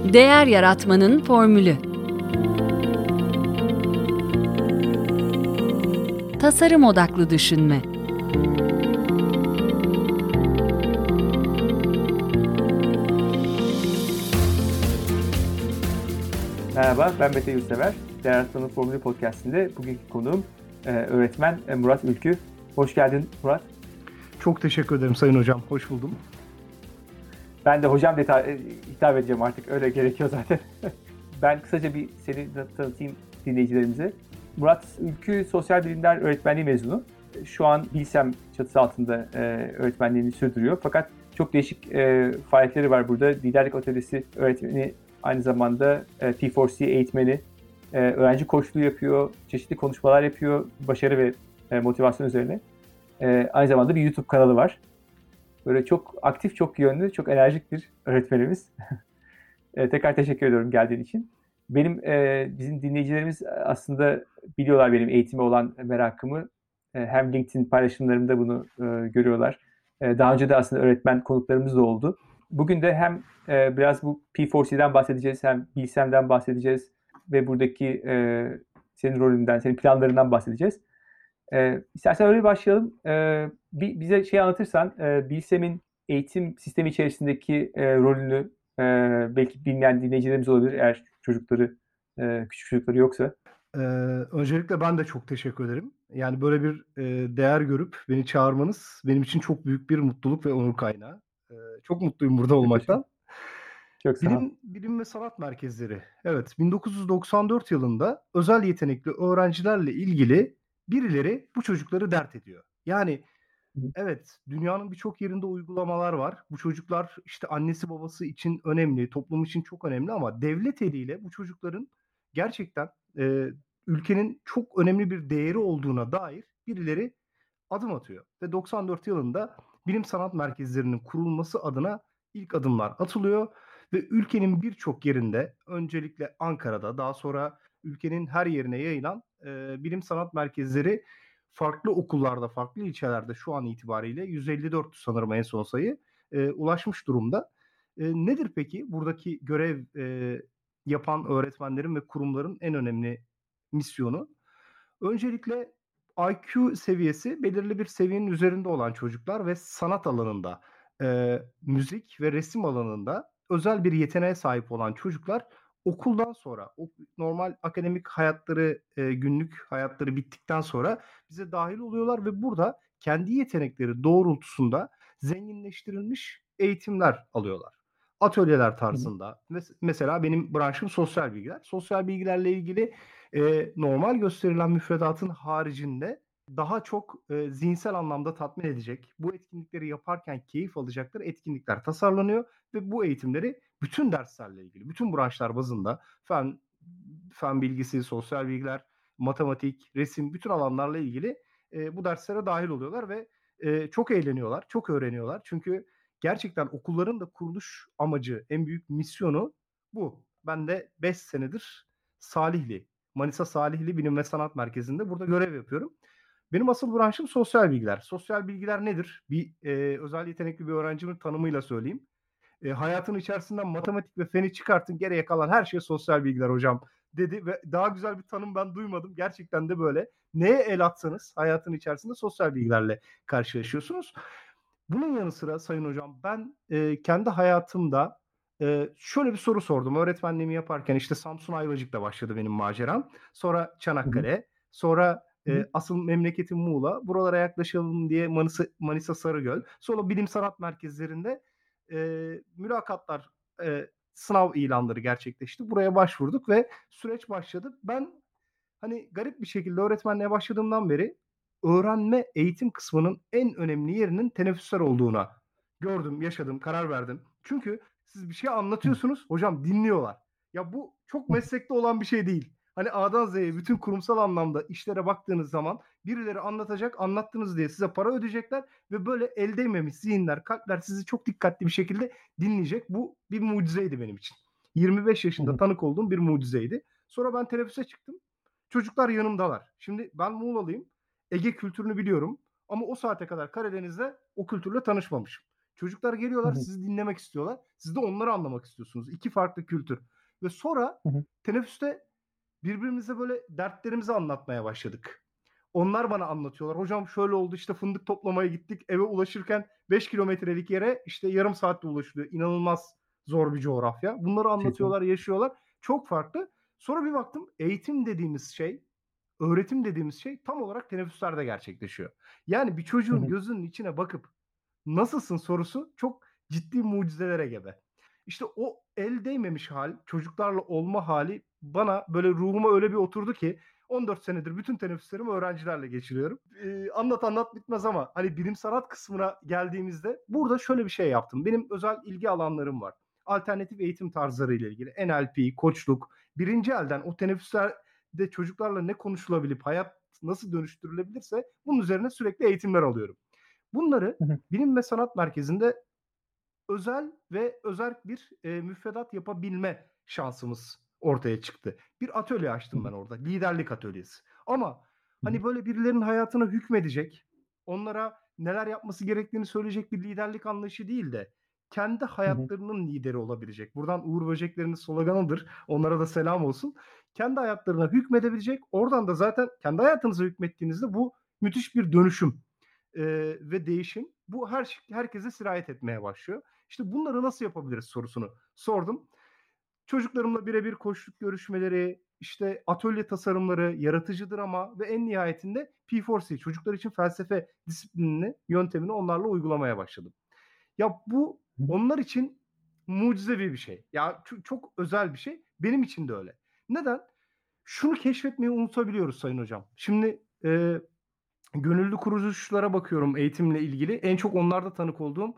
Değer yaratmanın formülü. Tasarım odaklı düşünme. Merhaba, ben Mete Yurtsever. Değer Yaratmanın Formülü podcast'inde bugünkü konuğum öğretmen Murat Ülkü. Hoş geldin Murat. Çok teşekkür ederim Sayın Hocam. Hoş buldum. Ben de hocam diye hitap edeceğim artık. Öyle gerekiyor zaten. Ben kısaca bir seni tanıtayım dinleyicilerimize. Murat Ülkü Sosyal Bilimler Öğretmenliği mezunu. Şu an Bilsem çatısı altında öğretmenliğini sürdürüyor. Fakat çok değişik faaliyetleri var burada. Liderlik atölyesi öğretmeni, aynı zamanda P4C eğitmeni, öğrenci koçluğu yapıyor, çeşitli konuşmalar yapıyor, başarı ve motivasyon üzerine. Aynı zamanda bir YouTube kanalı var. Böyle çok aktif, çok yönlü, çok enerjik bir öğretmenimiz. Tekrar teşekkür ediyorum geldiğin için. Bizim dinleyicilerimiz aslında biliyorlar benim eğitime olan merakımı. Hem LinkedIn paylaşımlarımda bunu görüyorlar. Daha önce de aslında öğretmen konuklarımız da oldu. Bugün de hem biraz bu P4C'den bahsedeceğiz, hem Bilsem'den bahsedeceğiz ve buradaki senin rolünden, senin planlarından bahsedeceğiz. İstersen öyle başlayalım. Bize anlatırsan, Bilsem'in eğitim sistemi içerisindeki rolünü, belki bilmeyen dinleyicilerimiz olabilir eğer küçük çocukları yoksa. Öncelikle ben de çok teşekkür ederim. Yani böyle bir değer görüp beni çağırmanız benim için çok büyük bir mutluluk ve onur kaynağı. Çok mutluyum burada olmaktan. Çok sağ ol. Bilim ve Sanat Merkezleri. Evet, 1994 yılında özel yetenekli öğrencilerle ilgili birileri bu çocukları dert ediyor. Yani evet, dünyanın birçok yerinde uygulamalar var. Bu çocuklar işte annesi babası için önemli, toplum için çok önemli ama devlet eliyle bu çocukların gerçekten ülkenin çok önemli bir değeri olduğuna dair birileri adım atıyor. Ve 94 yılında bilim sanat merkezlerinin kurulması adına ilk adımlar atılıyor ve ülkenin birçok yerinde, öncelikle Ankara'da, daha sonra ülkenin her yerine yayılan bilim sanat merkezleri farklı okullarda, farklı ilçelerde şu an itibariyle 154 sanırım en son sayı ulaşmış durumda. Nedir peki buradaki görev yapan öğretmenlerin ve kurumların en önemli misyonu? Öncelikle IQ seviyesi belirli bir seviyenin üzerinde olan çocuklar ve sanat alanında, müzik ve resim alanında özel bir yeteneğe sahip olan çocuklar okuldan sonra, normal akademik hayatları, günlük hayatları bittikten sonra bize dahil oluyorlar ve burada kendi yetenekleri doğrultusunda zenginleştirilmiş eğitimler alıyorlar. Atölyeler tarzında. Mesela benim branşım sosyal bilgiler. Sosyal bilgilerle ilgili normal gösterilen müfredatın haricinde daha çok zihinsel anlamda tatmin edecek, bu etkinlikleri yaparken keyif alacakları etkinlikler tasarlanıyor ve bu eğitimleri bütün derslerle ilgili, bütün branşlar bazında fen bilgisi, sosyal bilgiler, matematik, resim, bütün alanlarla ilgili bu derslere dahil oluyorlar ve çok eğleniyorlar, çok öğreniyorlar. Çünkü gerçekten okulların da kuruluş amacı, en büyük misyonu bu. Ben de 5 senedir Manisa Salihli Bilim ve Sanat Merkezi'nde burada görev yapıyorum. Benim asıl branşım sosyal bilgiler. Sosyal bilgiler nedir? Özel yetenekli bir öğrencimin tanımıyla söyleyeyim. Hayatın içerisinden matematik ve feni çıkartın, geriye kalan her şey sosyal bilgiler hocam dedi ve daha güzel bir tanım ben duymadım. Gerçekten de böyle. Neye el atsanız hayatın içerisinde sosyal bilgilerle karşılaşıyorsunuz. Bunun yanı sıra Sayın Hocam ben kendi hayatımda şöyle bir soru sordum. Öğretmenliğimi yaparken işte Samsun Ayvacık'ta başladı benim maceram. Sonra Çanakkale, sonra asıl memleketim Muğla. Buralara yaklaşalım diye Manisa Sarıgöl. Sonra bilim sanat merkezlerinde mülakatlar, sınav ilanları gerçekleşti. Buraya başvurduk ve süreç başladı. Ben hani garip bir şekilde öğretmenliğe başladığımdan beri öğrenme eğitim kısmının en önemli yerinin teneffüsler olduğuna gördüm, yaşadım, karar verdim. Çünkü siz bir şey anlatıyorsunuz, hocam dinliyorlar. Ya bu çok meslekte olan bir şey değil. Hani A'dan Z'ye bütün kurumsal anlamda işlere baktığınız zaman birileri anlatacak, anlattınız diye size para ödeyecekler ve böyle el değmemiş zihinler, kalpler sizi çok dikkatli bir şekilde dinleyecek. Bu bir mucizeydi benim için. 25 yaşında tanık olduğum bir mucizeydi. Sonra ben teneffüse çıktım. Çocuklar yanımdalar. Şimdi ben Muğla'lıyım. Ege kültürünü biliyorum. Ama o saate kadar Karadeniz'de o kültürle tanışmamışım. Çocuklar Hı geliyorlar, hı. sizi dinlemek istiyorlar. Siz de onları anlamak istiyorsunuz. 2 farklı kültür ve sonra Hı hı. teneffüste birbirimize böyle dertlerimizi anlatmaya başladık. Onlar bana anlatıyorlar. Hocam şöyle oldu, işte fındık toplamaya gittik. Eve ulaşırken 5 kilometrelik yere işte yarım saatte ulaşılıyor. İnanılmaz zor bir coğrafya. Bunları Kesin. anlatıyorlar, yaşıyorlar. Çok farklı. Sonra bir baktım, eğitim dediğimiz şey, öğretim dediğimiz şey tam olarak teneffüslerde gerçekleşiyor. Yani bir Hı çocuğun hı. gözünün içine bakıp nasılsın sorusu çok ciddi mucizelere gebe. İşte o el değmemiş hal, çocuklarla olma hali bana böyle ruhuma öyle bir oturdu ki 14 senedir bütün teneffüslerimi öğrencilerle geçiriyorum. Anlat anlat bitmez ama hani bilim sanat kısmına geldiğimizde burada şöyle bir şey yaptım. Benim özel ilgi alanlarım var. Alternatif eğitim tarzları ile ilgili NLP, koçluk, birinci elden o teneffüslerde çocuklarla ne konuşulabilip hayat nasıl dönüştürülebilirse bunun üzerine sürekli eğitimler alıyorum. Bunları Hı hı. Bilim ve Sanat Merkezi'nde özel ve özerk bir müfredat yapabilme şansımız ortaya çıktı. Bir atölye Hı açtım hı. ben orada. Liderlik atölyesi. Ama Hı hı. hani böyle birilerinin hayatına hükmedecek, onlara neler yapması gerektiğini söyleyecek bir liderlik anlayışı değil de kendi Hı hı. hayatlarının lideri olabilecek. Buradan Uğur Böceklerinin sloganıdır. Onlara da selam olsun. Kendi hayatlarına hükmedebilecek. Oradan da zaten kendi hayatınıza hükmettiğinizde bu müthiş bir dönüşüm ve değişim. Bu herkese sirayet etmeye başlıyor. İşte bunları nasıl yapabiliriz sorusunu sordum. Çocuklarımla birebir koçluk görüşmeleri, işte atölye tasarımları, yaratıcı drama ve en nihayetinde P4C, çocuklar için felsefe disiplinini, yöntemini onlarla uygulamaya başladım. Ya bu Hı hı. onlar için mucizevi bir şey. Ya çok özel bir şey. Benim için de öyle. Neden? Şunu keşfetmeyi unutabiliyoruz Sayın Hocam. Şimdi gönüllü kuruluşlara bakıyorum eğitimle ilgili. En çok onlarda tanık olduğum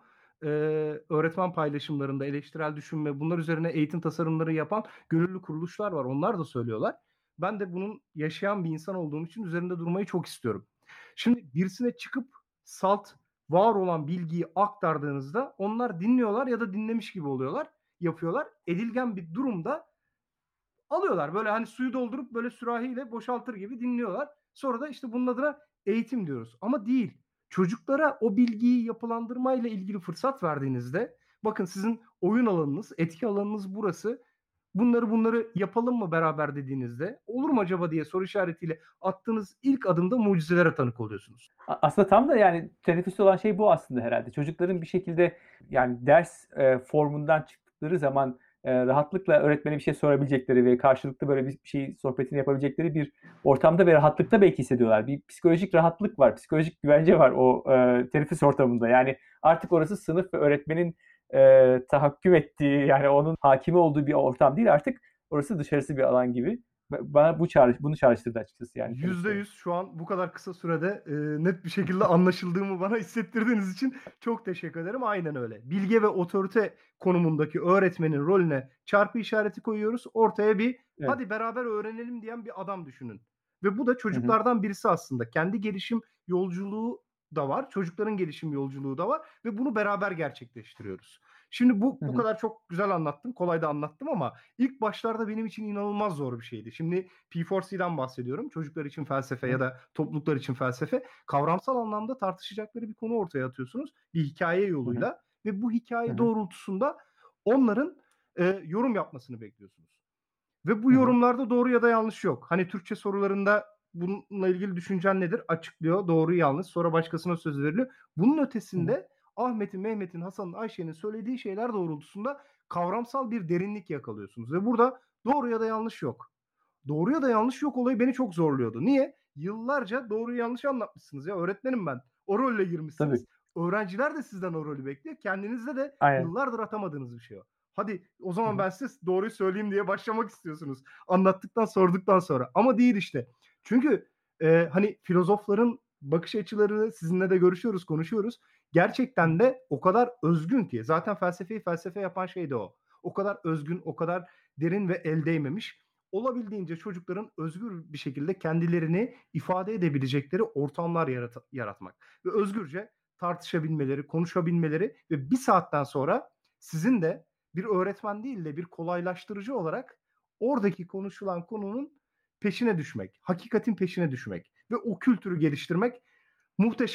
öğretmen paylaşımlarında eleştirel düşünme, bunlar üzerine eğitim tasarımları yapan gönüllü kuruluşlar var. Onlar da söylüyorlar. Ben de bunun yaşayan bir insan olduğum için üzerinde durmayı çok istiyorum. Şimdi birisine çıkıp salt, var olan bilgiyi aktardığınızda onlar dinliyorlar ya da dinlemiş gibi oluyorlar, yapıyorlar. Edilgen bir durumda alıyorlar. Böyle hani suyu doldurup böyle sürahiyle boşaltır gibi dinliyorlar. Sonra da işte bunun adına eğitim diyoruz. Ama değil. Çocuklara o bilgiyi yapılandırmayla ilgili fırsat verdiğinizde bakın sizin oyun alanınız, etki alanınız burası. Bunları yapalım mı beraber dediğinizde olur mu acaba diye soru işaretiyle attığınız ilk adımda mucizelere tanık oluyorsunuz. Aslında tam da yani teneffüste olan şey bu aslında herhalde. Çocukların bir şekilde yani ders formundan çıktıkları zaman rahatlıkla öğretmene bir şey sorabilecekleri ve karşılıklı böyle bir şey sohbetini yapabilecekleri bir ortamda ve rahatlıkta belki hissediyorlar. Bir psikolojik rahatlık var, psikolojik güvence var o teneffüs ortamında. Yani artık orası sınıf ve öğretmenin tahakküm ettiği yani onun hakimi olduğu bir ortam değil artık orası dışarısı bir alan gibi. Bana bunu çağrıştırdı açıkçası yani konuştuğum. %100 şu an bu kadar kısa sürede net bir şekilde anlaşıldığımı bana hissettirdiğiniz için çok teşekkür ederim. Aynen öyle. Bilge ve otorite konumundaki öğretmenin rolüne çarpı işareti koyuyoruz. Ortaya bir Evet. hadi beraber öğrenelim diyen bir adam düşünün. Ve bu da Hı hı. çocuklardan birisi aslında. Kendi gelişim yolculuğu da var. Çocukların gelişim yolculuğu da var. Ve bunu beraber gerçekleştiriyoruz. Şimdi Hı bu hı. kadar çok güzel anlattım. Kolay da anlattım ama ilk başlarda benim için inanılmaz zor bir şeydi. Şimdi P4C'den bahsediyorum. Çocuklar için felsefe Hı ya da topluluklar için felsefe. Kavramsal anlamda tartışacakları bir konu ortaya atıyorsunuz. Bir hikaye hı. yoluyla ve bu Hı hikaye hı. doğrultusunda onların yorum yapmasını bekliyorsunuz. Ve bu Hı hı. yorumlarda doğru ya da yanlış yok. Hani Türkçe sorularında bununla ilgili düşüncen nedir? Açıklıyor. Doğru yanlış. Sonra başkasına söz veriliyor. Bunun Hı hı. ötesinde Ahmet'in, Mehmet'in, Hasan'ın, Ayşe'nin söylediği şeyler doğrultusunda kavramsal bir derinlik yakalıyorsunuz. Ve burada doğru ya da yanlış yok. Doğru ya da yanlış yok olayı beni çok zorluyordu. Niye? Yıllarca doğruyu yanlış anlatmışsınız ya. Öğretmenim ben. O rolle girmişsiniz. Tabii. Öğrenciler de sizden o rolü bekliyor. Kendinizde de Aynen. yıllardır atamadığınız bir şey o. Hadi o Hı zaman hı. ben size doğruyu söyleyeyim diye başlamak istiyorsunuz. Anlattıktan sorduktan sonra. Ama değil işte. Çünkü hani filozofların bakış açıları sizinle de görüşüyoruz, konuşuyoruz. Hı Gerçekten de o kadar özgün ki. Zaten felsefeyi felsefe yapan şey de o. O kadar özgün, o kadar derin ve el değmemiş. Olabildiğince çocukların özgür bir şekilde kendilerini ifade edebilecekleri ortamlar yaratmak. Ve özgürce tartışabilmeleri, konuşabilmeleri ve bir saatten sonra sizin de bir öğretmen değil de bir kolaylaştırıcı olarak oradaki konuşulan konunun peşine düşmek, hakikatin peşine düşmek ve o kültürü geliştirmek muhteşem.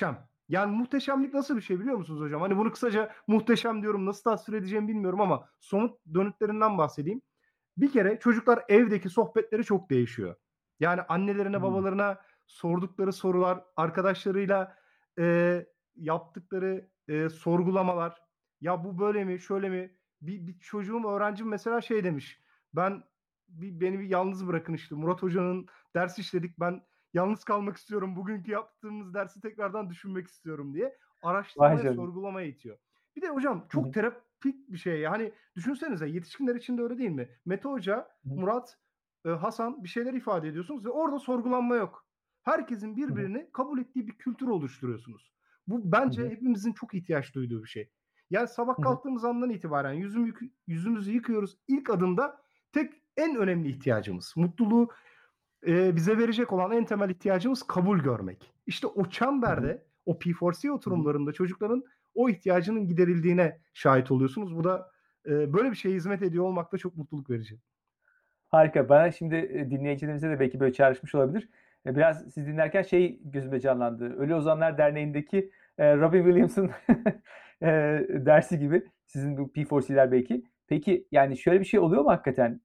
Yani muhteşemlik nasıl bir şey biliyor musunuz hocam? Hani bunu kısaca muhteşem diyorum, nasıl tasvir edeceğimi bilmiyorum ama somut dönütlerinden bahsedeyim. Bir kere çocuklar evdeki sohbetleri çok değişiyor. Yani annelerine, Hımm. babalarına sordukları sorular, arkadaşlarıyla yaptıkları sorgulamalar. Ya bu böyle mi, şöyle mi? Bir çocuğum, öğrencim mesela şey demiş. Ben beni bir yalnız bırakın işte. Murat Hoca'nın ders işledik. Ben yalnız kalmak istiyorum. Bugünkü yaptığımız dersi tekrardan düşünmek istiyorum diye Vay araştırmaya, canına. sorgulamaya itiyor. Bir de hocam Hı çok hı. terapik bir şey. Yani düşünsenize, yetişkinler için de öyle değil mi? Mete Hoca, Hı hı. Murat, Hasan bir şeyler ifade ediyorsunuz ve orada sorgulanma yok. Herkesin Hı hı. birbirini kabul ettiği bir kültür oluşturuyorsunuz. Bu Hı bence hı. hepimizin çok ihtiyaç duyduğu bir şey. Yani sabah Hı hı. kalktığımız andan itibaren yüzümüzü yıkıyoruz. İlk adımda en önemli ihtiyacımız, mutluluğu bize verecek olan en temel ihtiyacımız kabul görmek. İşte o Hı hı. çemberde, o P4C Hı hı. oturumlarında çocukların o ihtiyacının giderildiğine şahit oluyorsunuz. Bu da böyle bir şeye hizmet ediyor olmak da çok mutluluk verici. Harika. Bana şimdi, dinleyicilerimize de belki böyle çağrışmış olabilir. Biraz sizi dinlerken şey gözümde canlandı. Ölü Ozanlar Derneği'ndeki, Robin Williams'ın dersi gibi sizin bu P4C'ler belki. Peki, yani şöyle bir şey oluyor mu hakikaten?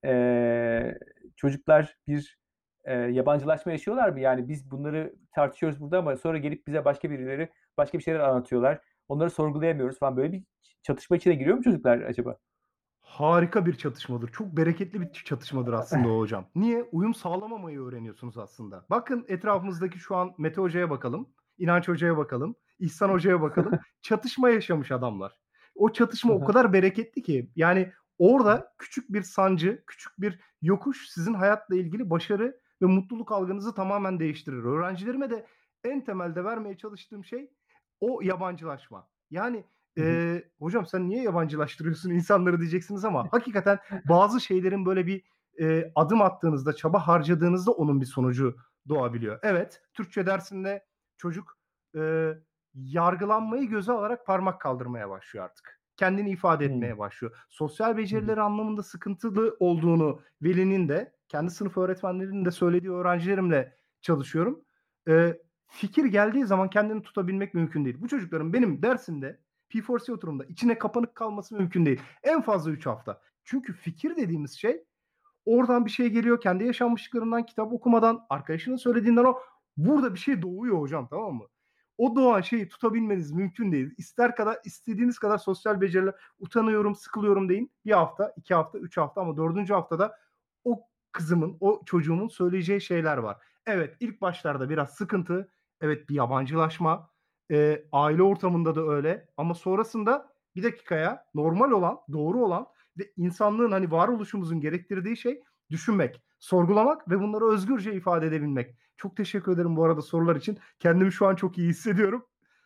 Çocuklar bir, yabancılaşma yaşıyorlar mı? Yani biz bunları tartışıyoruz burada ama sonra gelip bize başka birileri başka bir şeyler anlatıyorlar. Onları sorgulayamıyoruz falan. Böyle bir çatışma içine giriyor mu çocuklar acaba? Harika bir çatışmadır. Çok bereketli bir çatışmadır aslında o hocam. Niye? Uyum sağlamamayı öğreniyorsunuz aslında. Bakın etrafımızdaki şu an Mete Hoca'ya bakalım, İnanç Hoca'ya bakalım, İhsan Hoca'ya bakalım. Çatışma yaşamış adamlar. O çatışma Hı o hı. kadar bereketli ki yani orada küçük bir sancı, küçük bir yokuş sizin hayatla ilgili başarı ve mutluluk algınızı tamamen değiştirir. Öğrencilerime de en temelde vermeye çalıştığım şey o yabancılaşma. Yani Hı hı. hocam sen niye yabancılaştırıyorsun insanları diyeceksiniz ama hakikaten bazı şeylerin böyle bir adım attığınızda, çaba harcadığınızda onun bir sonucu doğabiliyor. Evet, Türkçe dersinde çocuk e, yargılanmayı göze alarak parmak kaldırmaya başlıyor artık. Kendini ifade Hımm. etmeye başlıyor. Sosyal Hı hı. becerileri anlamında sıkıntılı olduğunu velinin de, kendi sınıf öğretmenlerinin de söylediği öğrencilerimle çalışıyorum. Fikir geldiği zaman kendini tutabilmek mümkün değil. Bu çocukların benim dersimde P4C oturumda içine kapanık kalması mümkün değil. En fazla 3 hafta. Çünkü fikir dediğimiz şey oradan bir şey geliyor. Kendi yaşanmışlıklarından, kitap okumadan, arkadaşının söylediğinden burada bir şey doğuyor hocam, tamam mı? O doğan şeyi tutabilmeniz mümkün değil. İstediğiniz kadar sosyal beceriler, utanıyorum, sıkılıyorum deyin. Bir hafta, 2 hafta, 3 hafta ama dördüncü haftada o kızımın, o çocuğumun söyleyeceği şeyler var. Evet, ilk başlarda biraz sıkıntı, evet bir yabancılaşma, aile ortamında da öyle ama sonrasında bir dakikaya normal olan, doğru olan ve insanlığın hani varoluşumuzun gerektirdiği şey düşünmek, sorgulamak ve bunları özgürce ifade edebilmek. Çok teşekkür ederim bu arada sorular için. Kendimi şu an çok iyi hissediyorum.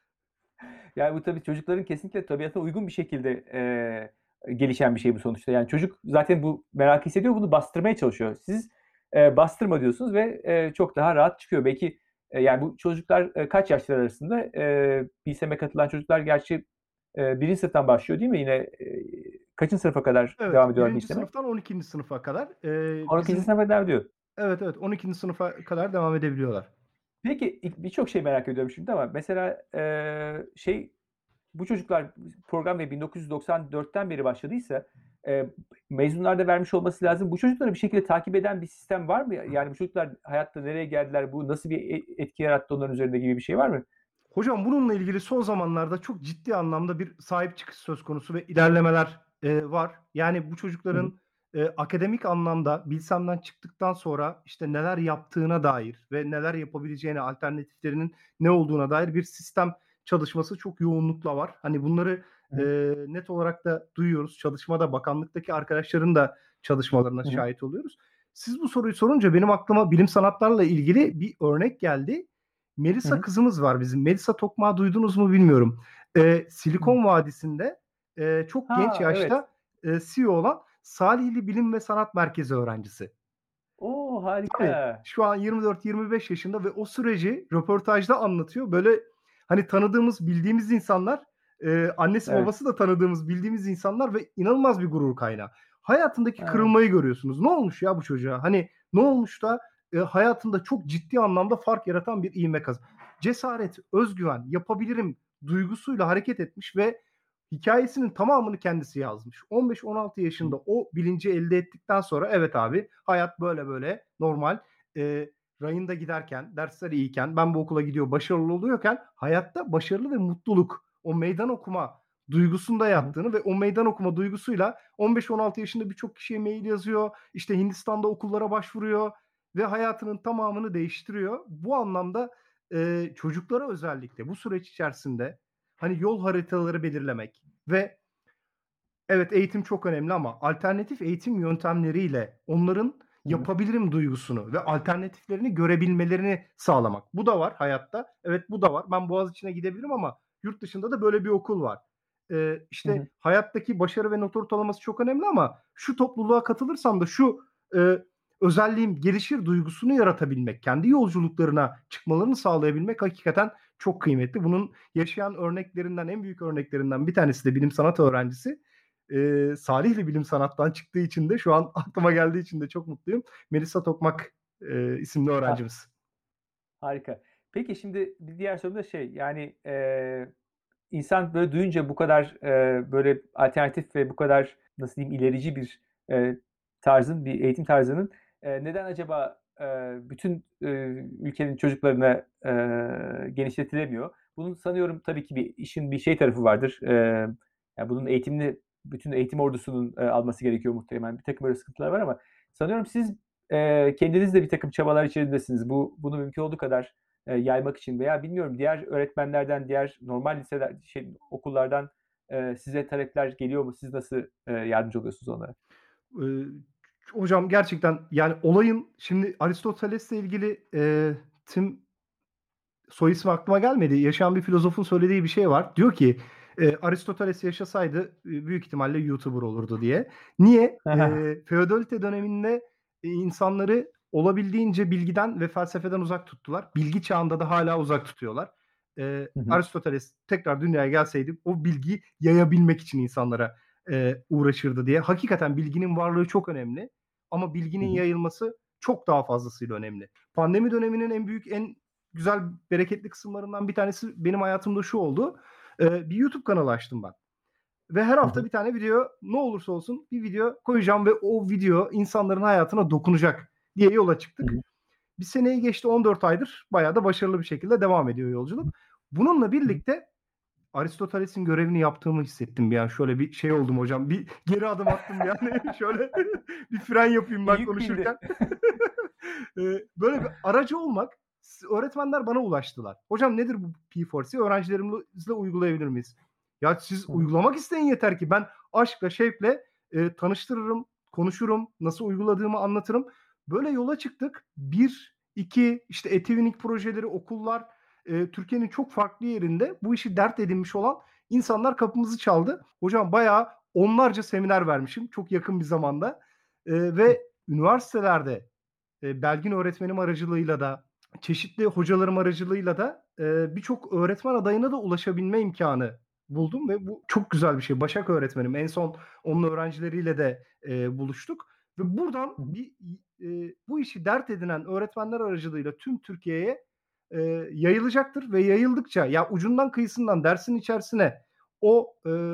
Yani, bu tabii çocukların kesinlikle tabiatına uygun bir şekilde, gelişen bir şey bu sonuçta. Yani, çocuk zaten bu merakı hissediyor, bunu bastırmaya çalışıyor. Siz, bastırma diyorsunuz ve, çok daha rahat çıkıyor. Belki, yani, bu çocuklar, kaç yaşlar arasında? BİSEM'e katılan çocuklar gerçi, 1'inci sınıftan başlıyor değil mi? Yine, kaçıncı sınıfa kadar Evet, devam ediyorlar birinci BİSEM'e? sınıftan 12. sınıfa kadar, 12'nci bizim sınıfa devam ediyor. evet, evet 12. sınıfa kadar devam edebiliyorlar. Peki, birçok şey merak ediyorum şimdi ama mesela, bu çocuklar program ve 1994'ten beri başladıysa, mezunlarda vermiş olması lazım. Bu çocukları bir şekilde takip eden bir sistem var mı? Yani bu çocuklar hayatta nereye geldiler, bu nasıl bir etki yarattı onların üzerinde gibi bir şey var mı? Hocam bununla ilgili son zamanlarda çok ciddi anlamda bir sahip çıkış söz konusu ve ilerlemeler var. Yani bu Hı hı. çocukların akademik anlamda Bilsem'den çıktıktan sonra işte neler yaptığına dair ve neler yapabileceğine, alternatiflerinin ne olduğuna dair bir sistem çalışması çok yoğunlukla var. Hani bunları Hı hı. net olarak da duyuyoruz. Çalışmada bakanlıktaki arkadaşların da çalışmalarına Hı hı. şahit oluyoruz. Siz bu soruyu sorunca benim aklıma bilim sanatlarla ilgili bir örnek geldi. Hı Melisa hı. kızımız var bizim. Melisa Tokmak'ı duydunuz mu bilmiyorum. Hıı. Silikon Vadisi'nde çok genç Ha, evet. yaşta CEO olan Salihli Bilim ve Sanat Merkezi öğrencisi. O! Tabii Harika. şu an 24-25 yaşında ve o süreci röportajda anlatıyor. Böyle hani tanıdığımız, bildiğimiz insanlar, annesi Evet. babası da tanıdığımız, bildiğimiz insanlar ve inanılmaz bir gurur kaynağı. Hayatındaki Ha. kırılmayı görüyorsunuz. Ne olmuş ya bu çocuğa? Hani ne olmuş da hayatında çok ciddi anlamda fark yaratan bir ivme kazandı. cesaret, özgüven, yapabilirim duygusuyla hareket etmiş ve hikayesinin tamamını kendisi yazmış. 15-16 yaşında o bilinci elde ettikten sonra evet abi hayat böyle böyle normal. Rayında giderken, dersler iyiyken, ben bu okula gidiyor, başarılı oluyorken hayatta başarılı ve mutluluk, o meydan okuma duygusunda yattığını ve o meydan okuma duygusuyla 15-16 yaşında birçok kişiye mail yazıyor. İşte Hindistan'da okullara başvuruyor ve hayatının tamamını değiştiriyor. Bu anlamda çocuklara özellikle bu süreç içerisinde hani yol haritaları belirlemek ve evet eğitim çok önemli ama alternatif eğitim yöntemleriyle onların yapabilirim duygusunu ve alternatiflerini görebilmelerini sağlamak. Bu da var hayatta. Evet bu da var. Ben Boğaziçi'ne gidebilirim ama yurt dışında da böyle bir okul var. İşte hayattaki başarı ve not ortalaması çok önemli ama şu topluluğa katılırsam da şu özelliğim gelişir duygusunu yaratabilmek, kendi yolculuklarına çıkmalarını sağlayabilmek hakikaten çok kıymetli. Bunun yaşayan örneklerinden, en büyük örneklerinden bir tanesi de bilim sanat öğrencisi. Salihli bilim sanattan çıktığı için de şu an aklıma geldiği için de çok mutluyum. Melisa Tokmak isimli öğrencimiz. Harika. Peki şimdi bir diğer sorum da yani insan böyle duyunca bu kadar böyle alternatif ve bu kadar nasıl diyeyim ilerici bir bir eğitim tarzının neden acaba bütün ülkenin çocuklarına genişletilemiyor? Bunun sanıyorum tabii ki bir işin bir tarafı vardır. Yani bunun eğitimini bütün eğitim ordusunun alması gerekiyor muhtemelen. Bir takım böyle sıkıntılar var ama sanıyorum siz kendiniz de bir takım çabalar içerisindesiniz. Bunu mümkün olduğu kadar yaymak için veya bilmiyorum diğer öğretmenlerden, diğer normal liseler, okullardan size talepler geliyor mu? Siz nasıl yardımcı oluyorsunuz onlara? Hocam gerçekten yani olayın şimdi Aristoteles'le ilgili Tim soy ismi aklıma gelmedi. Yaşayan bir filozofun söylediği bir şey var. Diyor ki Aristoteles yaşasaydı büyük ihtimalle YouTuber olurdu diye. Niye? Feodalite döneminde insanları olabildiğince bilgiden ve felsefeden uzak tuttular. Bilgi çağında da hala uzak tutuyorlar. Aristoteles tekrar dünyaya gelseydi o bilgiyi yayabilmek için insanlara uğraşırdı diye. Hakikaten bilginin varlığı çok önemli ama bilginin yayılması çok daha fazlasıyla önemli. Pandemi döneminin en büyük, en güzel, bereketli kısımlarından bir tanesi benim hayatımda şu oldu. Bir YouTube kanalı açtım ben. Ve her hafta bir tane video, ne olursa olsun bir video koyacağım ve o video insanların hayatına dokunacak diye yola çıktık. Bir seneyi geçti, 14 aydır bayağı da başarılı bir şekilde devam ediyor yolculuk. Bununla birlikte Aristoteles'in görevini yaptığımı hissettim bir an. Şöyle bir şey oldum hocam. Bir geri adım attım yani. Şöyle bir fren yapayım ben konuşurken. Böyle bir aracı olmak. Öğretmenler bana ulaştılar. Hocam nedir bu P4C? Öğrencilerimizle uygulayabilir miyiz? Ya siz uygulamak isteyin yeter ki. Ben aşkla, şevkle tanıştırırım, konuşurum, nasıl uyguladığımı anlatırım. Böyle yola çıktık. 1, 2 işte e-twinning projeleri, okullar, Türkiye'nin çok farklı yerinde bu işi dert edinmiş olan insanlar kapımızı çaldı. Hocam bayağı onlarca seminer vermişim çok yakın bir zamanda. Ve üniversitelerde Belgin öğretmenim aracılığıyla da çeşitli hocalarım aracılığıyla da birçok öğretmen adayına da ulaşabilme imkanı buldum ve bu çok güzel bir şey. Başak öğretmenim en son onun öğrencileriyle de buluştuk ve buradan bu işi dert edinen öğretmenler aracılığıyla tüm Türkiye'ye yayılacaktır ve yayıldıkça ya ucundan kıyısından dersin içerisine o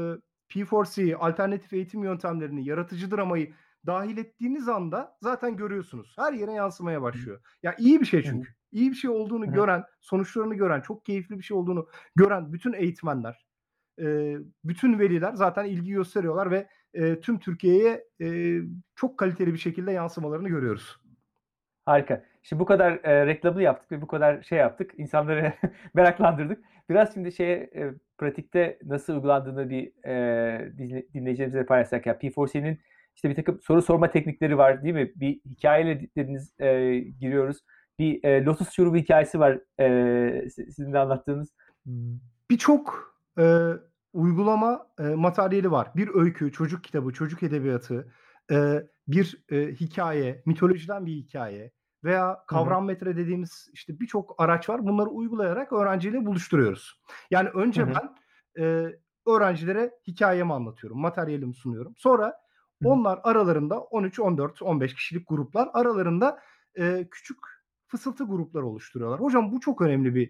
P4C alternatif eğitim yöntemlerini, yaratıcı dramayı dahil ettiğiniz anda zaten görüyorsunuz. Her yere yansımaya başlıyor. Ya iyi bir şey çünkü. İyi bir şey olduğunu gören, sonuçlarını gören, çok keyifli bir şey olduğunu gören bütün eğitmenler, bütün veliler zaten ilgi gösteriyorlar ve tüm Türkiye'ye çok kaliteli bir şekilde yansımalarını görüyoruz. Harika. Şimdi bu kadar reklamını yaptık ve bu kadar yaptık. İnsanları meraklandırdık. Biraz şimdi pratikte nasıl uygulandığını bir dinleyicilerimizle paylaşsak. Ya P4C'nin işte bir takım soru sorma teknikleri var değil mi? Bir hikayeyle dediniz giriyoruz. Bir lotus şurubu hikayesi var sizin de anlattığınız. Birçok uygulama materyali var. Bir öykü, çocuk kitabı, çocuk edebiyatı, bir hikaye, mitolojiden bir hikaye veya kavram metre dediğimiz işte birçok araç var. Bunları uygulayarak öğrenciyle buluşturuyoruz. Yani önce ben öğrencilere hikayemi anlatıyorum, materyalimi sunuyorum. Sonra onlar aralarında 13, 14, 15 kişilik gruplar aralarında küçük fısıltı grupları oluşturuyorlar. Hocam bu çok önemli bir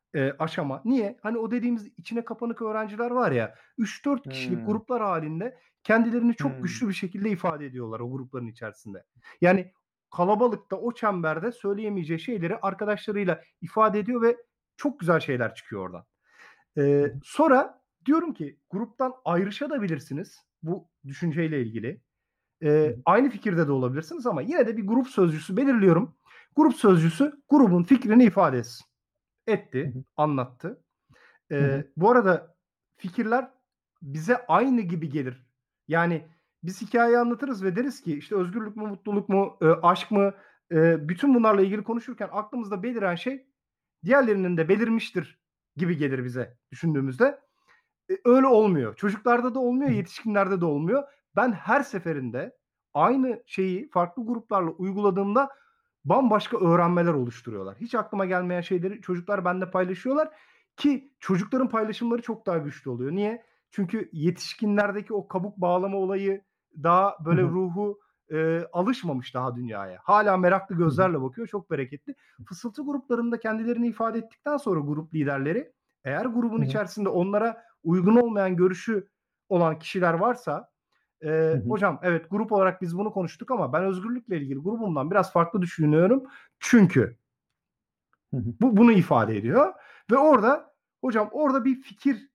aşama. Niye? Hani o dediğimiz içine kapanık öğrenciler var ya, 3-4 kişilik Hımm. gruplar halinde kendilerini çok Hımm. güçlü bir şekilde ifade ediyorlar o grupların içerisinde. Yani kalabalıkta, o çemberde söyleyemeyeceği şeyleri arkadaşlarıyla ifade ediyor ve çok güzel şeyler çıkıyor oradan. Hı hı. Sonra diyorum ki gruptan ayrışabilirsiniz bu düşünceyle ilgili. Hı hı. Aynı fikirde de olabilirsiniz ama yine de bir grup sözcüsü belirliyorum. Grup sözcüsü grubun fikrini ifade etsin. Hı Etti, hı. anlattı. Hı hı. Bu arada fikirler bize aynı gibi gelir. Yani biz hikayeyi anlatırız ve deriz ki işte özgürlük mü, mutluluk mu, aşk mı, bütün bunlarla ilgili konuşurken aklımızda beliren şey diğerlerinin de belirmiştir gibi gelir bize düşündüğümüzde. Öyle olmuyor. Çocuklarda da olmuyor, Hı hı. yetişkinlerde de olmuyor. Ben her seferinde aynı şeyi farklı gruplarla uyguladığımda bambaşka öğrenmeler oluşturuyorlar. Hiç aklıma gelmeyen şeyleri çocuklar benimle paylaşıyorlar ki çocukların paylaşımları çok daha güçlü oluyor. Niye? Çünkü yetişkinlerdeki o kabuk bağlama olayı daha Hı böyle hı. ruhu, alışmamış daha dünyaya. Hâlâ meraklı Hı hı. gözlerle bakıyor, çok bereketli. Fısıltı gruplarında kendilerini ifade ettikten sonra grup liderleri, eğer grubun Hı hı. içerisinde onlara uygun olmayan görüşü olan kişiler varsa, Hı hı. "Hocam evet, grup olarak biz bunu konuştuk ama ben özgürlükle ilgili grubumdan biraz farklı düşünüyorum. Çünkü" Hı hı. bunu ifade ediyor ve orada bir fikir,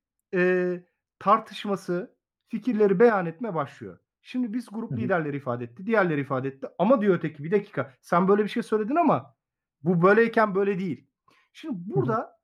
tartışması, fikirleri beyan etme başlıyor. Şimdi biz Hı grup hı. liderleri ifade etti, diğerleri ifade etti ama diyor öteki, "Bir dakika, sen böyle bir şey söyledin ama bu böyleyken böyle değil." Şimdi Hı hı. burada,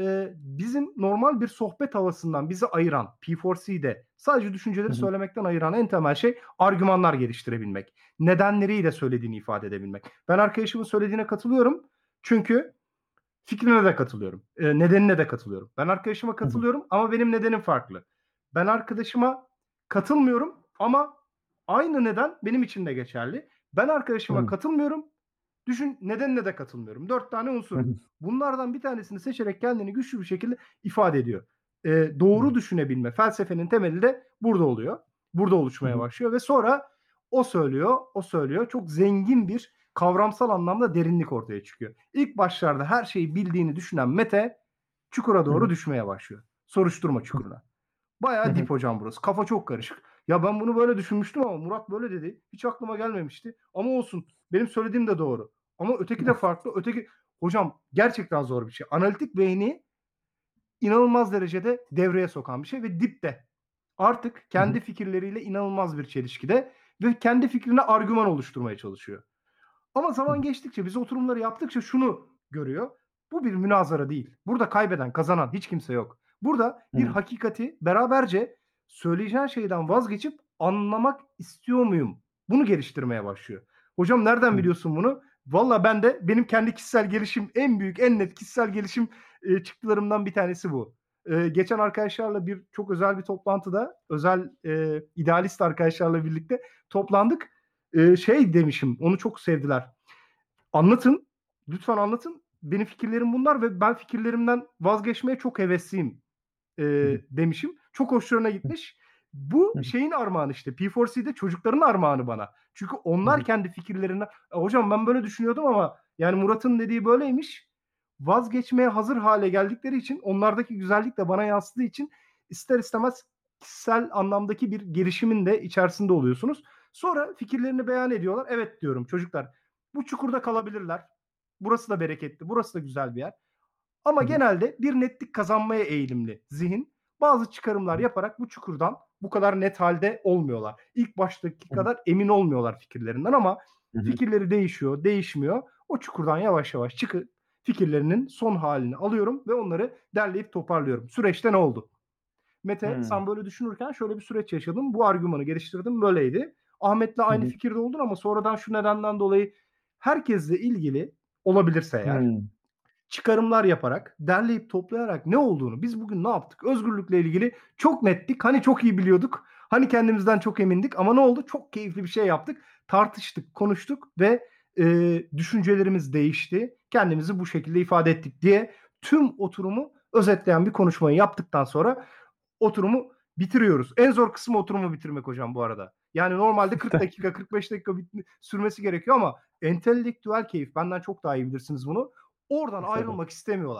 bizim normal bir sohbet havasından bizi ayıran, P4C'de sadece Hı düşünceleri hı. söylemekten ayıran en temel şey argümanlar geliştirebilmek. Nedenleriyle söylediğini ifade edebilmek. Ben arkadaşımın söylediğine katılıyorum çünkü fikrine de katılıyorum. Nedenine de katılıyorum. Ben arkadaşıma Hı hı. katılıyorum ama benim nedenim farklı. Ben arkadaşıma katılmıyorum ama aynı neden benim için de geçerli. Ben Hı arkadaşıma hı. katılmıyorum, nedenine de katılmıyorum. 4 tane Hı unsur. hı. Bunlardan bir tanesini seçerek kendini güçlü bir şekilde ifade ediyor. Hı hı. Doğru düşünebilme, felsefenin temeli de burada oluyor. Burada Hı oluşmaya hı. başlıyor ve sonra o söylüyor, o söylüyor. Çok zengin bir kavramsal anlamda derinlik ortaya çıkıyor. İlk başlarda her şeyi bildiğini düşünen Mete çukura Hı doğru hı. düşmeye başlıyor. Soruşturma çukuruna. Bayağı dip hocam burası. Kafa çok karışık. Ya ben bunu böyle düşünmüştüm ama Murat böyle dedi. Hiç aklıma gelmemişti. Ama olsun. Benim söylediğim de doğru. Ama öteki de farklı. Hocam gerçekten zor bir şey. Analitik beyni inanılmaz derecede devreye sokan bir şey ve dipte. Artık Hı hı. kendi fikirleriyle inanılmaz bir çelişkide ve kendi fikrine argüman oluşturmaya çalışıyor. Ama Hı zaman hı. geçtikçe, biz oturumları yaptıkça şunu görüyor. Bu bir münazara değil. Burada kaybeden, kazanan hiç kimse yok. Burada Hı bir hı. hakikati beraberce söyleyeceğin şeyden vazgeçip anlamak istiyor muyum? Bunu geliştirmeye başlıyor. Hocam nereden Hı hı. biliyorsun bunu? Valla benim kendi kişisel gelişim, en büyük, en net kişisel gelişim çıktılarımdan bir tanesi bu. Geçen arkadaşlarla çok özel bir toplantıda, idealist arkadaşlarla birlikte toplandık. Şey demişim, onu çok sevdiler. Anlatın, lütfen anlatın. Benim fikirlerim bunlar ve ben fikirlerimden vazgeçmeye çok hevesliyim Hı hı. demişim. Çok hoşlarına gitmiş. Bu Hı hı. şeyin armağanı işte. P4C'de çocukların armağanı bana. Çünkü Hı onlar hı. kendi fikirlerinden hocam ben böyle düşünüyordum ama yani Murat'ın dediği böyleymiş. Vazgeçmeye hazır hale geldikleri için, onlardaki güzellik de bana yansıdığı için ister istemez kişisel anlamdaki bir gelişimin de içerisinde oluyorsunuz. Sonra fikirlerini beyan ediyorlar. Evet diyorum çocuklar, bu çukurda kalabilirler. Burası da bereketli, burası da güzel bir yer. Ama Hı hı. genelde bir netlik kazanmaya eğilimli zihin bazı çıkarımlar yaparak bu çukurdan bu kadar net halde olmuyorlar. İlk baştaki Hı hı. kadar emin olmuyorlar fikirlerinden ama Hı hı. fikirleri değişiyor, değişmiyor. O çukurdan yavaş yavaş çıkıp fikirlerinin son halini alıyorum ve onları derleyip toparlıyorum. Süreçte ne oldu? Mete, Hıı. sen böyle düşünürken şöyle bir süreç yaşadım. Bu argümanı geliştirdim, böyleydi. Ahmet'le Hı aynı hı. fikirde oldun ama sonradan şu nedenden dolayı herkesle ilgili olabilirse eğer Hıı. çıkarımlar yaparak, derleyip toplayarak ne olduğunu, biz bugün ne yaptık? Özgürlükle ilgili çok nettik. Hani çok iyi biliyorduk. Hani kendimizden çok emindik ama ne oldu? Çok keyifli bir şey yaptık. Tartıştık, konuştuk ve düşüncelerimiz değişti. Kendimizi bu şekilde ifade ettik diye tüm oturumu özetleyen bir konuşmayı yaptıktan sonra oturumu bitiriyoruz. En zor kısmı oturumu bitirmek hocam bu arada. Yani normalde 40 dakika, 45 dakika sürmesi gerekiyor ama entelektüel keyif, benden çok daha iyi bilirsiniz bunu. Oradan Estağfurullah. ayrılmak istemiyorlar.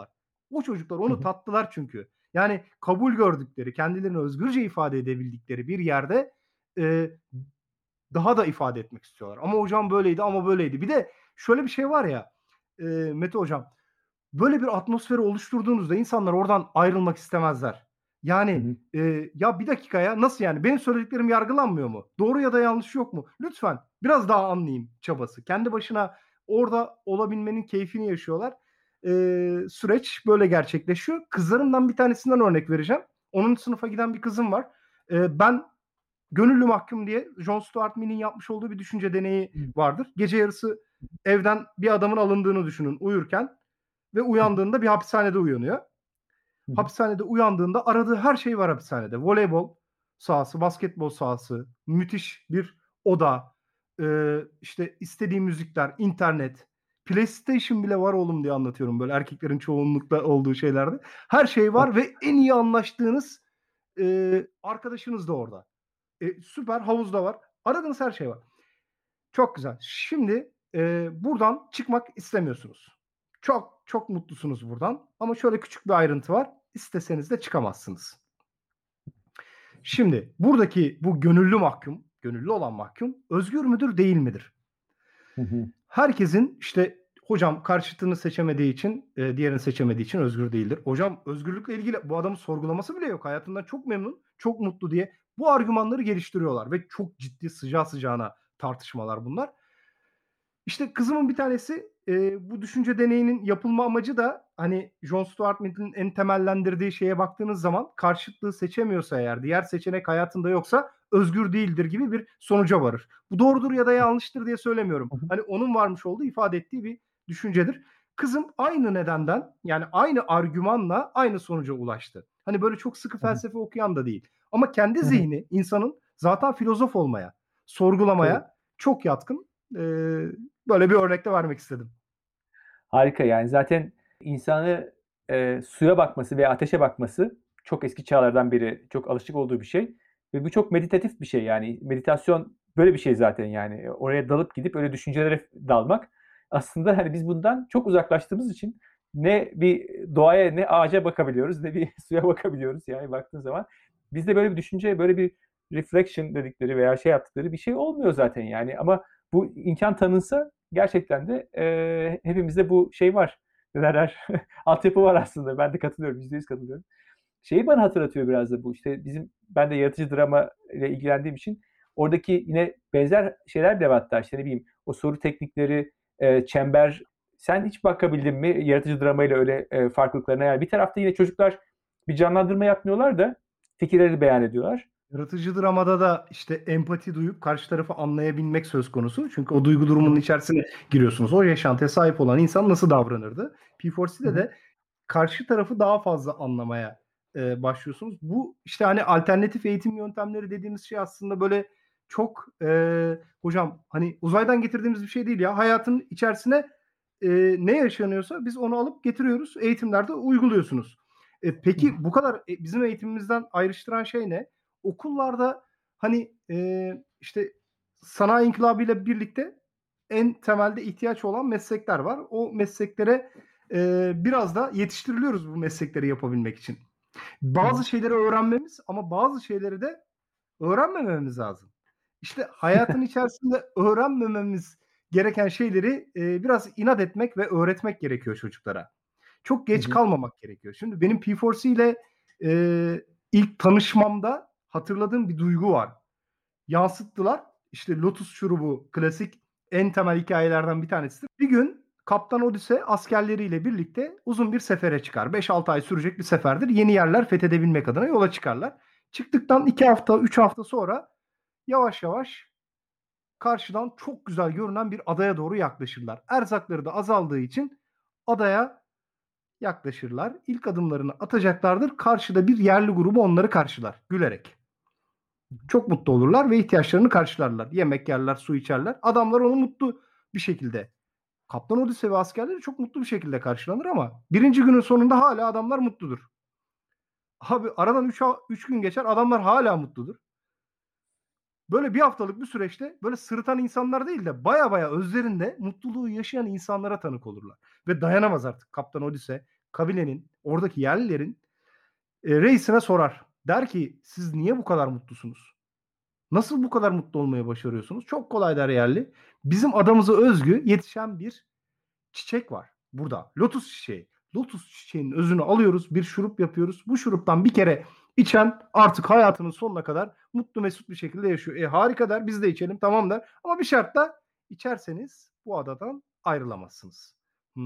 O çocuklar onu tattılar çünkü. Yani kabul gördükleri, kendilerini özgürce ifade edebildikleri bir yerde daha da ifade etmek istiyorlar. Ama hocam böyleydi, ama böyleydi. Bir de şöyle bir şey var ya Mete hocam, böyle bir atmosferi oluşturduğunuzda insanlar oradan ayrılmak istemezler. Yani ya bir dakika ya, nasıl yani? Benim söylediklerim yargılanmıyor mu? Doğru ya da yanlış yok mu? Lütfen biraz daha anlayayım çabası. Kendi başına orada olabilmenin keyfini yaşıyorlar. Süreç böyle gerçekleşiyor. Kızlarımdan bir tanesinden örnek vereceğim. 10. sınıfa giden bir kızım var. Ben Gönüllü Mahkum diye John Stuart Mill'in yapmış olduğu bir düşünce deneyi vardır. Gece yarısı evden bir adamın alındığını düşünün uyurken ve uyandığında bir hapishanede uyanıyor. Hapishanede uyandığında aradığı her şey var hapishanede. Voleybol sahası, basketbol sahası, müthiş bir oda, işte istediği müzikler, internet, PlayStation bile var oğlum diye anlatıyorum böyle erkeklerin çoğunlukla olduğu şeylerde. Her şey var ve en iyi anlaştığınız arkadaşınız da orada. Süper, havuzda var. Aradığınız her şey var. Çok güzel. Şimdi buradan çıkmak istemiyorsunuz. Çok çok mutlusunuz buradan. Ama şöyle küçük bir ayrıntı var. İsteseniz de çıkamazsınız. Şimdi buradaki bu gönüllü mahkum, gönüllü olan mahkum özgür müdür, değil midir? Herkesin işte hocam karşıtını seçemediği için, diğerini seçemediği için özgür değildir. Hocam özgürlükle ilgili bu adamın sorgulaması bile yok. Hayatından çok memnun, çok mutlu diye bu argümanları geliştiriyorlar ve çok ciddi sıcağı sıcağına tartışmalar bunlar. İşte kızımın bir tanesi bu düşünce deneyinin yapılma amacı da hani John Stuart Mill'in en temellendirdiği şeye baktığınız zaman karşıtlığı seçemiyorsa eğer, diğer seçenek hayatında yoksa özgür değildir gibi bir sonuca varır. Bu doğrudur ya da yanlıştır diye söylemiyorum. Hani onun varmış olduğu, ifade ettiği bir düşüncedir. Kızım aynı nedenden, yani aynı argümanla aynı sonuca ulaştı. Hani böyle çok sıkı felsefe okuyan da değil. Ama kendi zihni insanın zaten filozof olmaya, sorgulamaya çok yatkın. Böyle bir örnek de vermek istedim. Harika, yani zaten insanı suya bakması veya ateşe bakması çok eski çağlardan beri çok alışık olduğu bir şey. Ve bu çok meditatif bir şey, yani meditasyon böyle bir şey zaten, yani oraya dalıp gidip öyle düşüncelere dalmak. Aslında hani biz bundan çok uzaklaştığımız için ne bir doğaya, ne ağaca bakabiliyoruz, ne bir suya bakabiliyoruz yani baktığın zaman. Bizde böyle bir düşünce, böyle bir reflection dedikleri veya şey yaptıkları bir şey olmuyor zaten yani. Ama bu imkan tanınsa gerçekten de hepimizde bu şey var. Ne derler? Altyapı var aslında. Ben de katılıyorum. %100 katılıyorum. Şeyi bana hatırlatıyor biraz da bu. İşte ben de yaratıcı drama ile ilgilendiğim için oradaki yine benzer şeyler bile var hatta. İşte ne bileyim, o soru teknikleri, çember. Sen hiç bakabildin mi yaratıcı drama ile öyle farklılıklarına? Yani bir tarafta yine çocuklar bir canlandırma yapmıyorlar da fikirleri beyan ediyorlar. Yaratıcı dramada da işte empati duyup karşı tarafı anlayabilmek söz konusu. Çünkü o duygu durumunun içerisine giriyorsunuz. O yaşantıya sahip olan insan nasıl davranırdı? P4C'de de karşı tarafı daha fazla anlamaya başlıyorsunuz. Bu işte hani alternatif eğitim yöntemleri dediğimiz şey aslında böyle çok hocam hani uzaydan getirdiğimiz bir şey değil ya. Hayatın içerisine ne yaşanıyorsa biz onu alıp getiriyoruz. Eğitimlerde uyguluyorsunuz. Peki bu kadar bizim eğitimimizden ayrıştıran şey ne? Okullarda hani işte sanayi inkılabıyla birlikte en temelde ihtiyaç olan meslekler var. O mesleklere biraz da yetiştiriliyoruz bu meslekleri yapabilmek için. Bazı şeyleri öğrenmemiz ama bazı şeyleri de öğrenmememiz lazım. İşte hayatın içerisinde öğrenmememiz gereken şeyleri biraz inat etmek ve öğretmek gerekiyor çocuklara. Çok geç kalmamak gerekiyor. Şimdi benim P4C ile ilk tanışmamda hatırladığım bir duygu var. Yansıttılar. İşte Lotus şurubu klasik en temel hikayelerden bir tanesidir. Bir gün Kaptan Odise askerleriyle birlikte uzun bir sefere çıkar. 5-6 ay sürecek bir seferdir. Yeni yerler fethedebilmek adına yola çıkarlar. Çıktıktan 2 hafta, 3 hafta sonra yavaş yavaş karşıdan çok güzel görünen bir adaya doğru yaklaşırlar. Erzakları da azaldığı için adaya yaklaşırlar. İlk adımlarını atacaklardır. Karşıda bir yerli grubu onları karşılar gülerek. Çok mutlu olurlar ve ihtiyaçlarını karşılarlar. Yemek yerler, su içerler. Adamlar onu mutlu bir şekilde. Kaptan Odise ve askerleri çok mutlu bir şekilde karşılanır ama birinci günün sonunda hala adamlar mutludur. Abi aradan 3 gün geçer, adamlar hala mutludur. Böyle bir haftalık bir süreçte böyle sırıtan insanlar değil de baya baya özlerinde mutluluğu yaşayan insanlara tanık olurlar. Ve dayanamaz artık Kaptan Odise. kabilenin, oradaki yerlilerin reisine sorar. Der ki siz niye bu kadar mutlusunuz? Nasıl bu kadar mutlu olmayı başarıyorsunuz? Çok kolay der yerli. Bizim adamıza özgü yetişen bir çiçek var burada. Lotus çiçeği. Lotus çiçeğinin özünü alıyoruz, bir şurup yapıyoruz. Bu şuruptan bir kere içen artık hayatının sonuna kadar mutlu mesut bir şekilde yaşıyor. Harika der, biz de içelim, tamam der. Ama bir şartla içerseniz bu adadan ayrılamazsınız.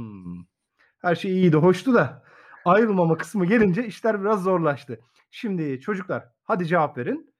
Her şey iyiydi, hoştu da ayrılmama kısmı gelince işler biraz zorlaştı. Şimdi çocuklar hadi cevap verin.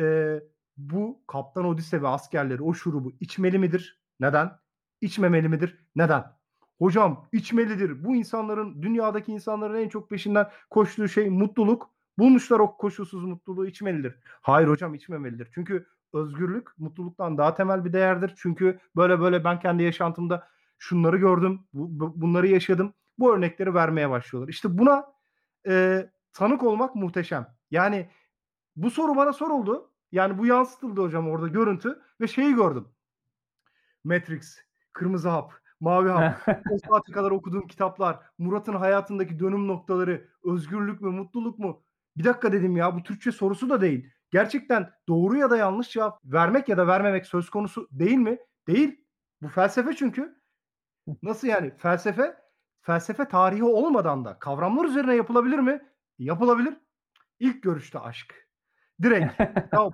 Bu Kaptan Odise ve askerleri o şurubu içmeli midir? Neden? İçmemeli midir? Neden? Hocam içmelidir. Bu insanların, dünyadaki insanların en çok peşinden koştuğu şey mutluluk. Bulmuşlar o koşulsuz mutluluğu, içmelidir. Hayır hocam, içmemelidir. Çünkü özgürlük mutluluktan daha temel bir değerdir. Çünkü böyle ben kendi yaşantımda şunları gördüm, bunları yaşadım. Bu örnekleri vermeye başlıyorlar. İşte buna tanık olmak muhteşem. Yani bu soru bana soruldu. Yani bu yansıtıldı hocam orada görüntü ve şeyi gördüm. Matrix, Kırmızı Hap, Mavi Hap, o saate kadar okuduğum kitaplar, Murat'ın hayatındaki dönüm noktaları, özgürlük mü, mutluluk mu? Bir dakika dedim ya, bu Türkçe sorusu da değil. Gerçekten doğru ya da yanlış cevap vermek ya da vermemek söz konusu değil mi? Değil. Bu felsefe çünkü. Nasıl yani? Felsefe tarihi olmadan da kavramlar üzerine yapılabilir mi? Yapılabilir. İlk görüşte aşk. Direkt. Ya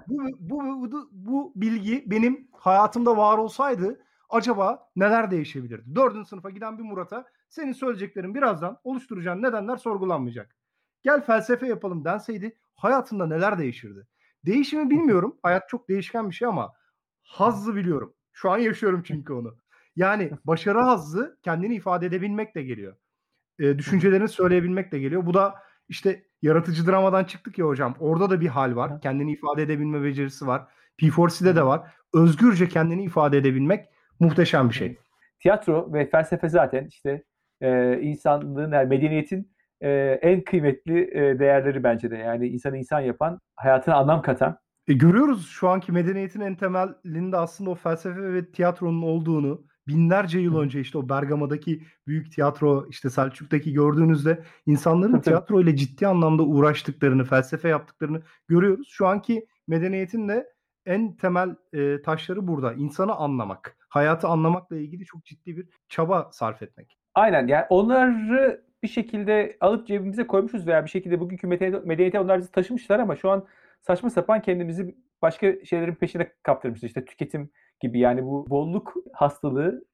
bu bilgi benim hayatımda var olsaydı acaba neler değişebilirdi? 4. sınıfa giden bir Murat'a senin söyleyeceklerin birazdan oluşturacağın nedenler sorgulanmayacak. Gel felsefe yapalım denseydi hayatında neler değişirdi? Değişimi bilmiyorum. Hayat çok değişken bir şey ama hazzı biliyorum. Şu an yaşıyorum çünkü onu. Yani başarı hazzı kendini ifade edebilmekle geliyor. Düşüncelerini söyleyebilmekle geliyor. Bu da işte yaratıcı dramadan çıktık ya hocam. Orada da bir hal var. Kendini ifade edebilme becerisi var. P4C'de de var. Özgürce kendini ifade edebilmek muhteşem bir şey. Tiyatro ve felsefe zaten işte insanlığın, yani medeniyetin en kıymetli değerleri bence de. Yani insanı insan yapan, hayatına anlam katan. Görüyoruz şu anki medeniyetin en temelinde aslında o felsefe ve tiyatronun olduğunu. Binlerce yıl önce işte o Bergama'daki büyük tiyatro, işte Selçuk'taki gördüğünüzde insanların tiyatro ile ciddi anlamda uğraştıklarını, felsefe yaptıklarını görüyoruz. Şu anki medeniyetin de en temel taşları burada. İnsanı anlamak, hayatı anlamakla ilgili çok ciddi bir çaba sarf etmek. Aynen, yani onları bir şekilde alıp cebimize koymuşuz veya bir şekilde bugünkü medeniyete onlar bizi taşımışlar ama şu an saçma sapan kendimizi başka şeylerin peşine kaptırmışız. İşte tüketim gibi, yani bu bolluk hastalığı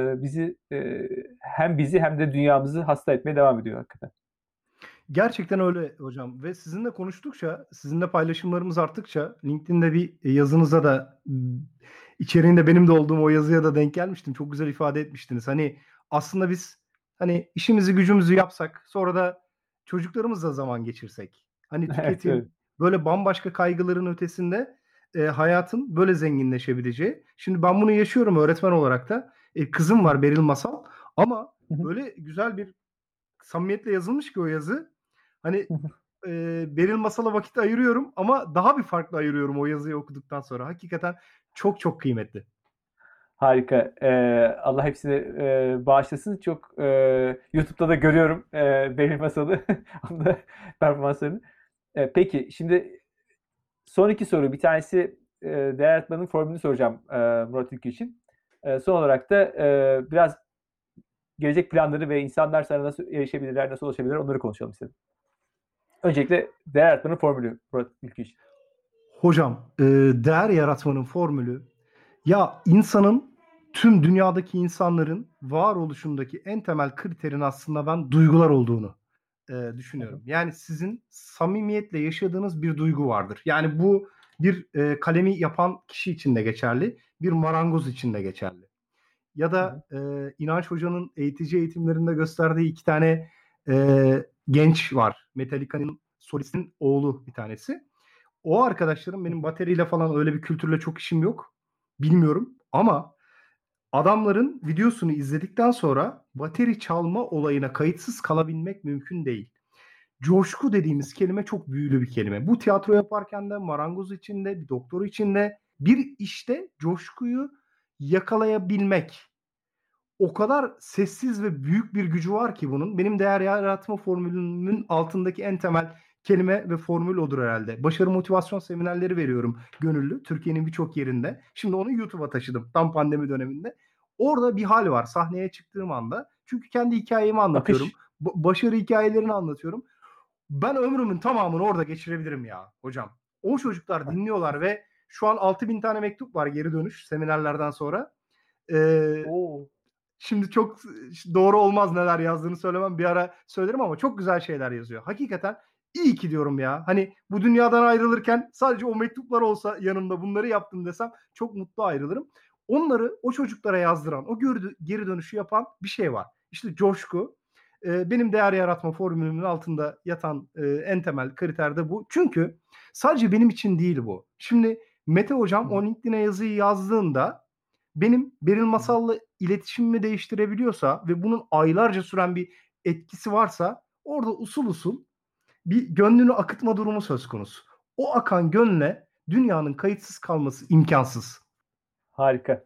hem bizi hem de dünyamızı hasta etmeye devam ediyor hakikaten. Gerçekten öyle hocam ve sizinle konuştukça, sizinle paylaşımlarımız arttıkça LinkedIn'de bir yazınıza da içeriğinde benim de olduğum o yazıya da denk gelmiştim. Çok güzel ifade etmiştiniz. Hani aslında biz hani işimizi gücümüzü yapsak sonra da çocuklarımızla zaman geçirsek. Hani tüketim Evet. böyle bambaşka kaygıların ötesinde hayatın böyle zenginleşebileceği. Şimdi ben bunu yaşıyorum öğretmen olarak da. Kızım var Beril Masal ama böyle güzel bir samimiyetle yazılmış ki o yazı. Hani Beril Masal'a vakit ayırıyorum ama daha bir farklı ayırıyorum o yazıyı okuduktan sonra. Hakikaten çok çok kıymetli. Harika. Allah hepsini bağışlasın. Çok YouTube'da da görüyorum Beril Masal'ı, onun da performanslarını. Peki, şimdi son iki soru. Bir tanesi değer yaratmanın formülünü soracağım Murat Ülkü için. Son olarak da biraz gelecek planları ve insanlar sana nasıl erişebilirler, nasıl ulaşabilirler, onları konuşalım istedim. Öncelikle değer yaratmanın formülü Murat Ülkü için. Hocam, değer yaratmanın formülü ya insanın, tüm dünyadaki insanların varoluşundaki en temel kriterin aslında ben duygular olduğunu düşünüyorum. Yani sizin samimiyetle yaşadığınız bir duygu vardır. Yani bu bir kalemi yapan kişi için de geçerli, bir marangoz için de geçerli. Ya da İnanç Hoca'nın eğitici eğitimlerinde gösterdiği 2 tane genç var. Metallica'nın solistin oğlu bir tanesi. O arkadaşlarım, benim bateriyle falan öyle bir kültürle çok işim yok. Bilmiyorum ama adamların videosunu izledikten sonra bateri çalma olayına kayıtsız kalabilmek mümkün değil. Coşku dediğimiz kelime çok büyülü bir kelime. Bu tiyatro yaparken de, marangoz için de, bir doktor için de, bir işte coşkuyu yakalayabilmek. o kadar sessiz ve büyük bir gücü var ki bunun. Benim değer yaratma formülümün altındaki en temel kelime ve formül odur herhalde. Başarı motivasyon seminerleri veriyorum gönüllü. Türkiye'nin birçok yerinde. Şimdi onu YouTube'a taşıdım tam pandemi döneminde. Orada bir hal var sahneye çıktığım anda. Çünkü kendi hikayemi anlatıyorum. Akış. Başarı hikayelerini anlatıyorum. Ben ömrümün tamamını orada geçirebilirim ya hocam. O çocuklar dinliyorlar ve şu an 6.000 tane mektup var geri dönüş seminerlerden sonra. Oo. Şimdi çok doğru olmaz neler yazdığını söylemem. Bir ara söylerim ama çok güzel şeyler yazıyor. Hakikaten iyi ki diyorum ya. Hani bu dünyadan ayrılırken sadece o mektuplar olsa yanımda bunları yaptım desem çok mutlu ayrılırım. Onları o çocuklara yazdıran, o geri dönüşü yapan bir şey var. İşte coşku. Benim değer yaratma formülümün altında yatan en temel kriter de bu. Çünkü sadece benim için değil bu. Şimdi Mete hocam o LinkedIn'e yazıyı yazdığında benim Beril Masal'la iletişimimi değiştirebiliyorsa ve bunun aylarca süren bir etkisi varsa orada usul usul bir gönlünü akıtma durumu söz konusu. O akan gönle dünyanın kayıtsız kalması imkansız. Harika.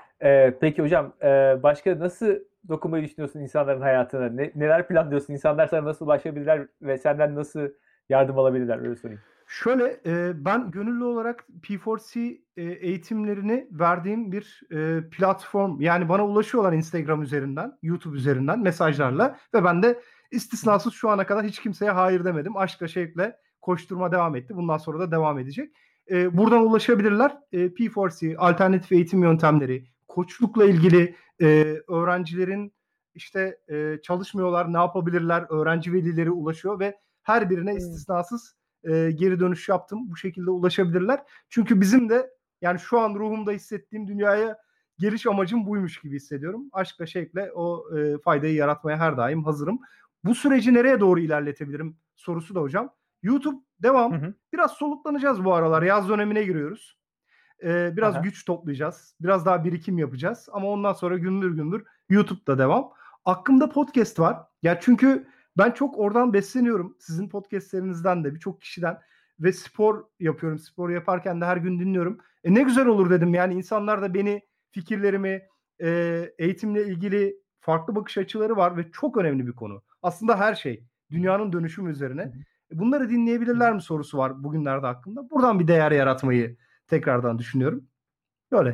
Peki hocam, başka nasıl dokunmayı düşünüyorsun insanların hayatına? Neler planlıyorsun? İnsanlar sana nasıl ulaşabilirler ve senden nasıl yardım alabilirler? Öyle sorayım. Şöyle ben gönüllü olarak P4C eğitimlerini verdiğim bir platform. Yani bana ulaşıyorlar Instagram üzerinden, YouTube üzerinden mesajlarla ve ben de istisnasız şu ana kadar hiç kimseye hayır demedim. Aşkla şevkle koşturma devam etti. Bundan sonra da devam edecek. Buradan ulaşabilirler. P4C, alternatif eğitim yöntemleri, koçlukla ilgili öğrencilerin işte çalışmıyorlar, ne yapabilirler, öğrenci velileri ulaşıyor ve her birine istisnasız geri dönüş yaptım. Bu şekilde ulaşabilirler. Çünkü bizim de yani şu an ruhumda hissettiğim dünyaya geliş amacım buymuş gibi hissediyorum. Aşkla şevkle o faydayı yaratmaya her daim hazırım. Bu süreci nereye doğru ilerletebilirim sorusu da hocam. YouTube devam. Hı hı. Biraz soluklanacağız bu aralar. Yaz dönemine giriyoruz. Biraz Aha. güç toplayacağız. Biraz daha birikim yapacağız. Ama ondan sonra gümbür gümbür YouTube'da devam. Aklımda podcast var. Ya çünkü ben çok oradan besleniyorum. Sizin podcastlerinizden de birçok kişiden ve spor yapıyorum. Spor yaparken de her gün dinliyorum. Ne güzel olur dedim. Yani insanlar da beni, fikirlerimi, eğitimle ilgili farklı bakış açıları var ve çok önemli bir konu. Aslında her şey. Dünyanın dönüşümü üzerine. Bunları dinleyebilirler mi sorusu var bugünlerde aklımda. Buradan bir değer yaratmayı tekrardan düşünüyorum. Böyle.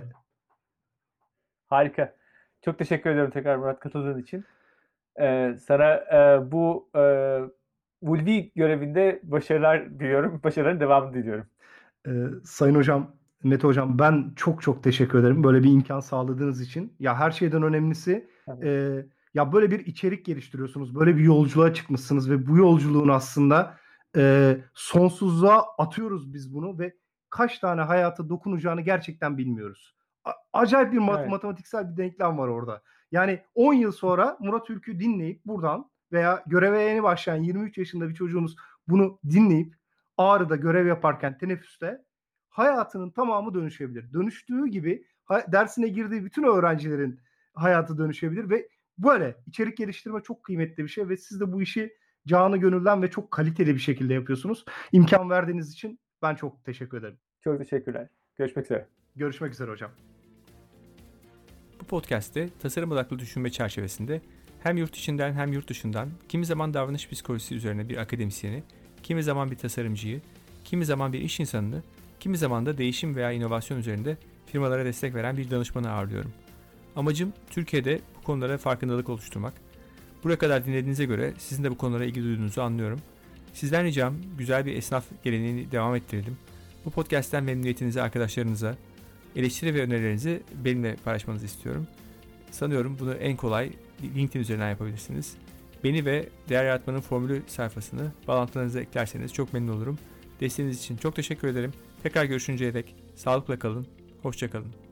Harika. Çok teşekkür ediyorum tekrar Murat katıldığın için. Sana bu ulvi görevinde başarılar diliyorum. Başarıların devamını diliyorum. Sayın hocam, Mete hocam ben çok çok teşekkür ederim. Böyle bir imkan sağladığınız için. Ya her şeyden önemlisi ya böyle bir içerik geliştiriyorsunuz. Böyle bir yolculuğa çıkmışsınız ve bu yolculuğun aslında sonsuzluğa atıyoruz biz bunu ve kaç tane hayata dokunacağını gerçekten bilmiyoruz. Acayip bir Evet. matematiksel bir denklem var orada. Yani 10 yıl sonra Murat Ülkü dinleyip buradan veya göreve yeni başlayan 23 yaşında bir çocuğumuz bunu dinleyip Ağrı'da görev yaparken teneffüste hayatının tamamı dönüşebilir. Dönüştüğü gibi dersine girdiği bütün öğrencilerin hayatı dönüşebilir ve böyle içerik geliştirme çok kıymetli bir şey ve siz de bu işi canı gönülden ve çok kaliteli bir şekilde yapıyorsunuz. İmkan verdiğiniz için ben çok teşekkür ederim. Çok teşekkürler. Görüşmek üzere. Görüşmek üzere hocam. Bu podcast'te tasarım odaklı düşünme çerçevesinde hem yurt içinden hem yurt dışından kimi zaman davranış psikolojisi üzerine bir akademisyeni, kimi zaman bir tasarımcıyı, kimi zaman bir iş insanını, kimi zaman da değişim veya inovasyon üzerinde firmalara destek veren bir danışmanı ağırlıyorum. Amacım Türkiye'de bu konulara farkındalık oluşturmak. Buraya kadar dinlediğinize göre sizin de bu konulara ilgi duyduğunuzu anlıyorum. Sizden ricam güzel bir esnaf geleneğini devam ettirelim. Bu podcast'ten memnuniyetinizi arkadaşlarınıza, eleştiri ve önerilerinizi benimle paylaşmanızı istiyorum. Sanıyorum bunu en kolay LinkedIn üzerinden yapabilirsiniz. Beni ve Değer Yaratmanın Formülü sayfasını bağlantılarınıza eklerseniz çok memnun olurum. Desteğiniz için çok teşekkür ederim. Tekrar görüşünceye dek sağlıkla kalın, hoşça kalın.